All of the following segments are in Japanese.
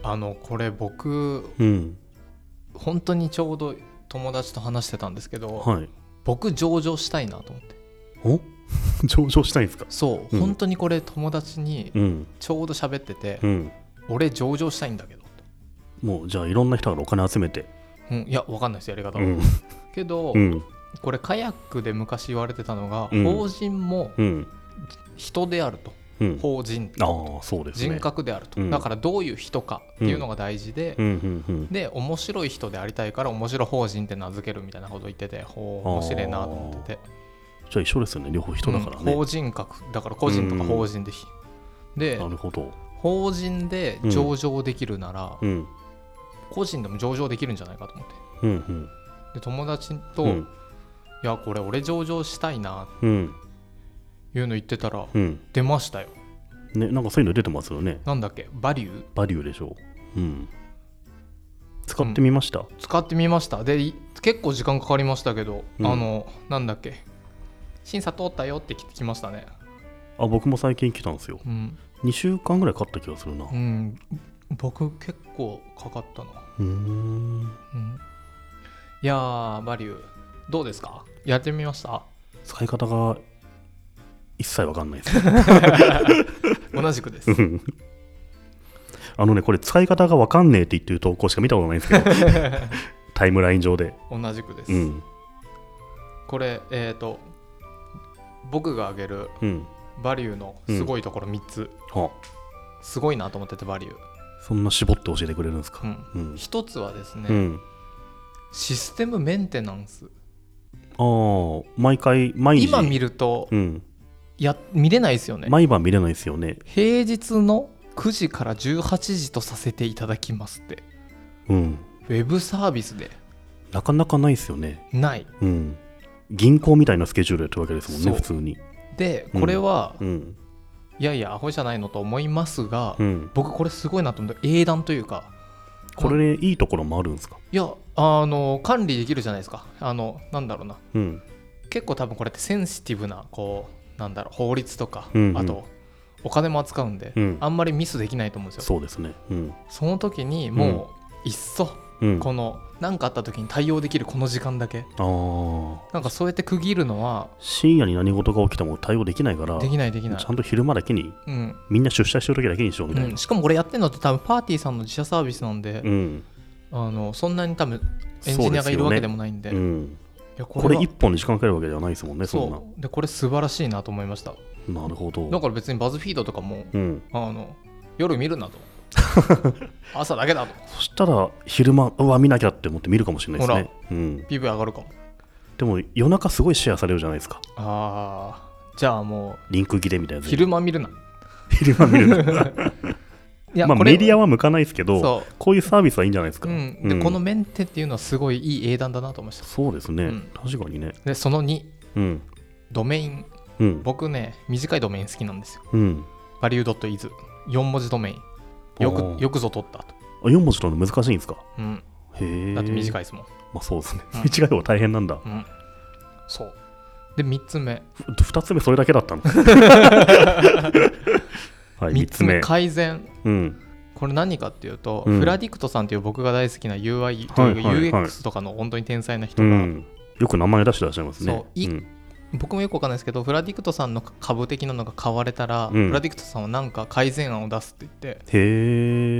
これ僕、 うん、 本当にちょうど友達と話してたんですけど、 はい。 僕上場したいなと思って。 お上場したいんですか？ そう、本当にこれ友達にちょうど喋ってて、俺上場したいんだけどって。 もうじゃあいろんな人からお金集めて、 いやわかんないですやり方は、けど、これカヤックで昔言われてたのが、法人も人であると、法人ってそうですね、 人格であると、だからどういう人かっていうのが大事で、で面白い人でありたいから面白法人って名付けるみたいなことを言ってて、面白いなと思ってて。 じゃあ一緒ですよね、両方人だからね、 法人格だから個人とか法人で、でなるほど、 法人で上場できるなら、個人でも上場できるんじゃないかと思って、で友達と、いやこれ俺上場したいなっていうの言ってたら、出ましたよ、 ね、なんかそういうの出てますよね。 なんだっけ、バリューでしょう、使ってみました？ 使ってみました。で結構時間かかりましたけど、なんだっけ、審査通ったよって聞きましたね。 僕も最近来たんですよ、2週間ぐらいかかった気がするな。 僕結構かかったな。いやー、バリューどうですか？やってみました？ 使い方が一切わかんないです同じくですこれ使い方がわかんねえって言ってる投稿しか見たことないんですけどタイムライン上で同じくです、これ僕が挙げるバリューのすごいところ3つ、すごいなと思ってて、バリューそんな絞って教えてくれるんですか？ 一つはですね、システムメンテナンス。 毎日今見ると、見れないですよね。 毎晩見れないですよね。 平日の9時から18時とさせていただきますって、ウェブサービスでなかなかないですよね。 ない、 銀行みたいなスケジュールやってるわけですもんね、普通に。 でこれは、いやいやアホじゃないのと思いますが、僕これすごいなと思って、英断というか、 これいいところもあるんですか？ いや管理できるじゃないですか。なんだろうな、結構多分これってセンシティブな法律とか、あとお金も扱うんで、あんまりミスできないと思うんですよ。 そうですね、 その時にもういっそ、この何かあった時に対応できるこの時間だけ、なんかそうやって区切るのは、 深夜に何事が起きても対応できないから、 できないちゃんと昼間だけに、みんな出社してる時だけにしようみたいな、 しかもこれやってるのって多分パーティーさんの自社サービスなんで、そんなに多分エンジニアがいるわけでもないんで、 これ一本に時間かかるわけではないですもんね。 そうで、これ素晴らしいなと思いました。 なるほど。 だから別にバズフィードとかも、夜見るなと朝だけだと。 そしたら昼間見なきゃって思って見るかもしれないですね。 PV 上がるかも。 でも夜中すごいシェアされるじゃないですか。 じゃあもうリンク切れみたいな。 昼間見るな昼間見るなメディアは向かないですけど、こういうサービスはいいんじゃないですか。 でこのメンテっていうのはすごいいい英断だなと思いました。 そうですね、確かにね。 でその2、ドメイン、僕ね短いドメイン好きなんですよ。バリュー .is 4文字ドメインよくぞ取ったと。 4文字取るの難しいんですか？ へえ。だって短いですもん。 そうですね、短い方が大変なんだ。 そうで3つ目 2つ目それだけだったの 3つ目改善、これ何かっていうと、フラディクトさんという僕が大好きな UI というか UX とかの本当に天才な人が、 よく名前出してらっしゃいますね。 僕もよくわかんないですけど、フラディクトさんの株的なのが買われたら、フラディクトさんは何か改善案を出すって言って、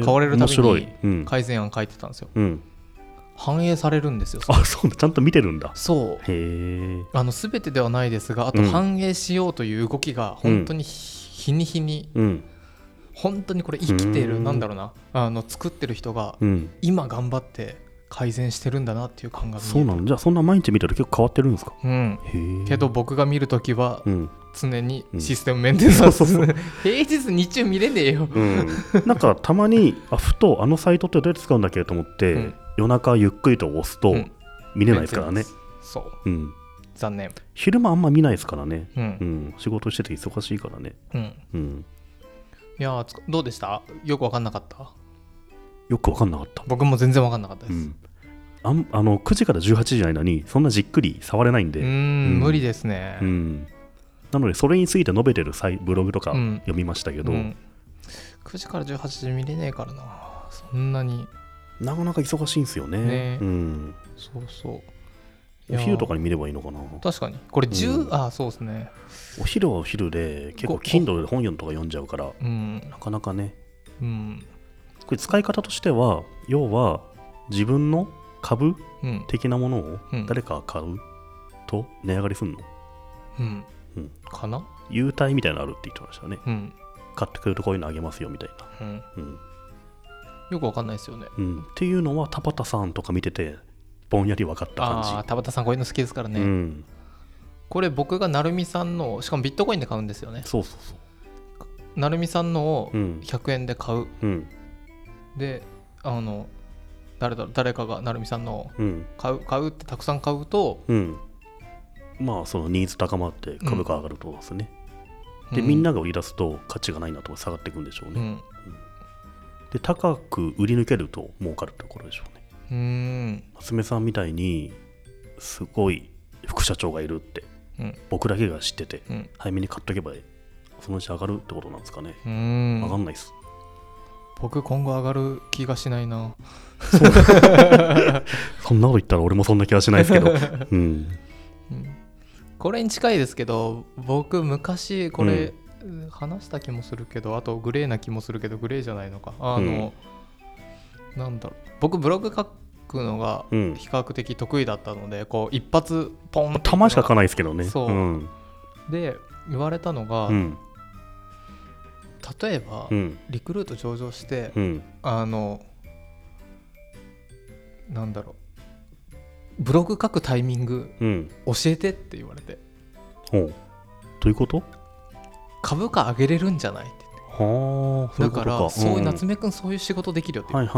買われるたびに改善案書いてたんですよ。反映されるんですよ。 そうだ、ちゃんと見てるんだ。 そう。全てではないですが、あと反映しようという動きが本当に日に日に、本当にこれ生きている、なんだろうな、作ってる人が今頑張って改善してるんだなっていう感が見える。 そうなの？じゃあそんな毎日見たら結構変わってるんですか？ けど僕が見るときは常にシステムメンテナンス、平日日中見れねえよなんかたまにふとサイトってどうやって使うんだっけと思って、夜中ゆっくりと押すと見れないですからね。 そう、残念。 昼間あんま見ないですからね。仕事してて忙しいからね。 いやどうでした？よく分かんなかった？ よく分かんなかった。 僕も全然分かんなかったです。 9時から18時の間にそんなじっくり触れないんで、 無理ですね。 なのでそれについて述べてるブログとか読みましたけど、 9時から18時見れねえからな。 そんなになかなか忙しいんですよ ね、うん、 そうそう。 お昼とかに見ればいいのかな。 確かにこれ10、そうですね。 お昼はお昼で結構 Kindle で本とか読んじゃうから、なかなかね、これ使い方としては要は自分の株的なものを誰かが買うと値上がりするの、 かな。 優待みたいなのあるって言ってましたね、買ってくれるとこういうのあげますよみたいな、 よくわかんないですよね、 っていうのは田畑さんとか見ててぼんやり分かった感じ。 田畑さんこういうの好きですからね、これ僕が成美さんのしかもビットコインで買うんですよね。 そうそうそう。 成美さんのを100円で買う、で誰かが成美さんのを買うってたくさん買うと、 まあそのニーズ高まって株価上がるとですね、でみんなが売り出すと価値がないなと下がっていくんでしょうね、で高く売り抜けると儲かるところでしょうね。夏目さんみたいにすごい副社長がいるって、僕だけが知ってて、早めに買っとけばそのうち上がるってことなんですかね。上がんないっす。 僕今後上がる気がしないな。 そんなこと言ったら俺もそんな気はしないですけど、 これに近いですけど、僕昔これ、話した気もするけど、あとグレーな気もするけど、グレーじゃないのか、なんだろう、僕ブログ書くのが比較的得意だったので、こう一発ポンってたましか書かないですけどね。 そう、で言われたのが、例えば、リクルート上場して、なんだろう、ブログ書くタイミング、教えてって言われて。 どういうこと？ 株価上げれるんじゃないって言って。だからそういう夏目くんそういう仕事できるよって言って、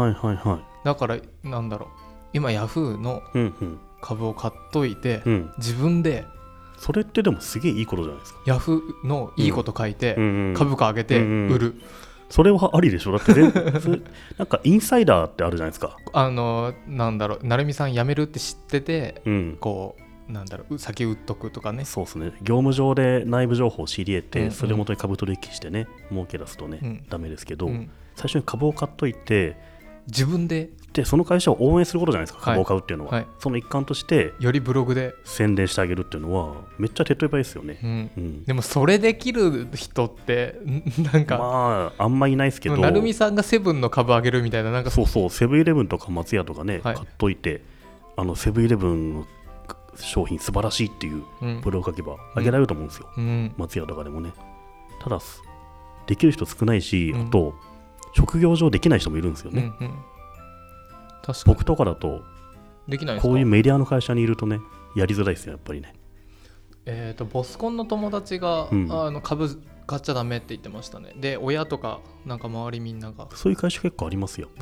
だからなんだろう、今ヤフーの株を買っといて、自分でそれってでもすげえいいことじゃないですか。 ヤフーのいいこと書いて、株価上げて売る、 それはありでしょ。だってなんかインサイダーってあるじゃないですか。 なんだろう、成美さん辞めるって知ってて、こうなんだろう、先売っとくとかね。 そうですね。業務上で内部情報を知り得て、それをもとに株取引してね、儲け出すとね、ダメですけど、最初に株を買っといて自分でその会社を応援することじゃないですか、株を買うっていうのは、その一環としてよりブログで宣伝してあげるっていうのはめっちゃ手っ取り早いですよね、 でもそれできる人ってなんかまああんまいないですけど、 成美さんがセブンの株上げるみたいな、なんかそうセブンイレブンとか松屋とかね、買っといて、セブンイレブンの商品素晴らしいっていうブログ書けば上げられると思うんですよ、松屋とかでもね。ただできる人少ないし、あと職業上できない人もいるんですよね、確かに僕とかだとできないですか。 こういうメディアの会社にいるとね、やりづらいですよやっぱりね。 ボスコンの友達が、株買っちゃダメって言ってましたね。で親とかなんか周りみんながそういう会社結構ありますよ、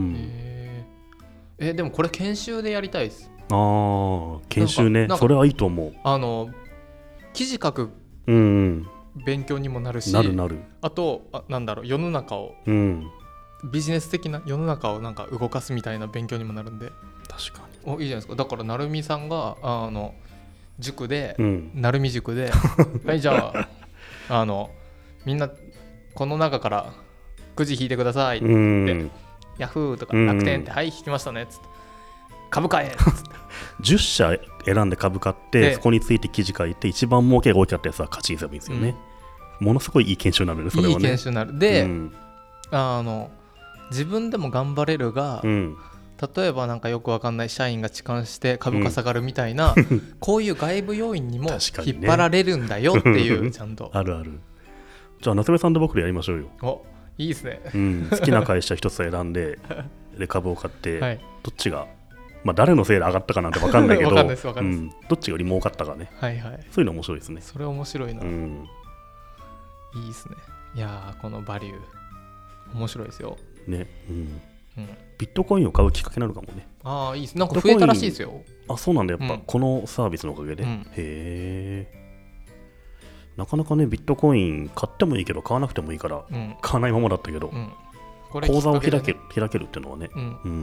でもこれ研修でやりたいです。 研修ね、それはいいと思う。 記事書く勉強にもなるし、あとなんだろう、世の中を、ビジネス的な世の中をなんか動かすみたいな勉強にもなるんで、 確かにいいじゃないですか。だから成美さんが塾で、成美塾ではい、じゃあみんなこの中からくじ引いてくださいって言って、ヤフーとか楽天って、はい引きましたねっつって、株買えっつって 10社選んで株買って、そこについて記事書いて一番儲けが大きかったやつは勝ちにすればいいんですよね、ものすごいいい研修になるね、それはね。いい研修になる。で、自分でも頑張れるが、例えばなんかよくわかんない社員が痴漢して株価下がるみたいな、こういう外部要因にも引っ張られるんだよっていうちゃんとあるある。じゃあ夏目さんと僕でやりましょうよ。 いいですね、 好きな会社一つ選んで株を買って、どっちが誰のせいで上がったかなんて分かんないけどどっちがより儲かったかね、そういうの面白いですね。 それ面白いな、いいですね。いやこのバリュー面白いですよね、ビットコインを買うきっかけになるかもね。 いいです。なんか増えたらしいですよ。 そうなんだ、やっぱ、このサービスのおかげで、へえ。なかなかね、ビットコイン買ってもいいけど買わなくてもいいから、買わないままだったけど、口座を開けるっていうのはね、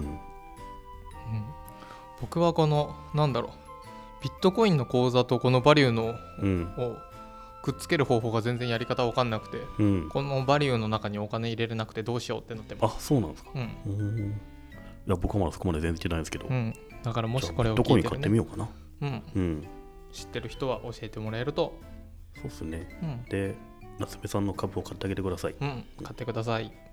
僕はこのなんだろう、ビットコインの口座とこのバリューのをくっつける方法が全然やり方分かんなくて、うん、このバリューの中にお金入れれなくてどうしようってなってます。 あ、そうなんですか。うん、いや僕はまだそこまで全然知らないんですけど、 うん、だからもしこれを聞いてる、ね、 どこに買ってみようかな。 うんうん、知ってる人は教えてもらえると。 そうですね、うん、で夏目さんの株を買ってあげてください。 うん、買ってください。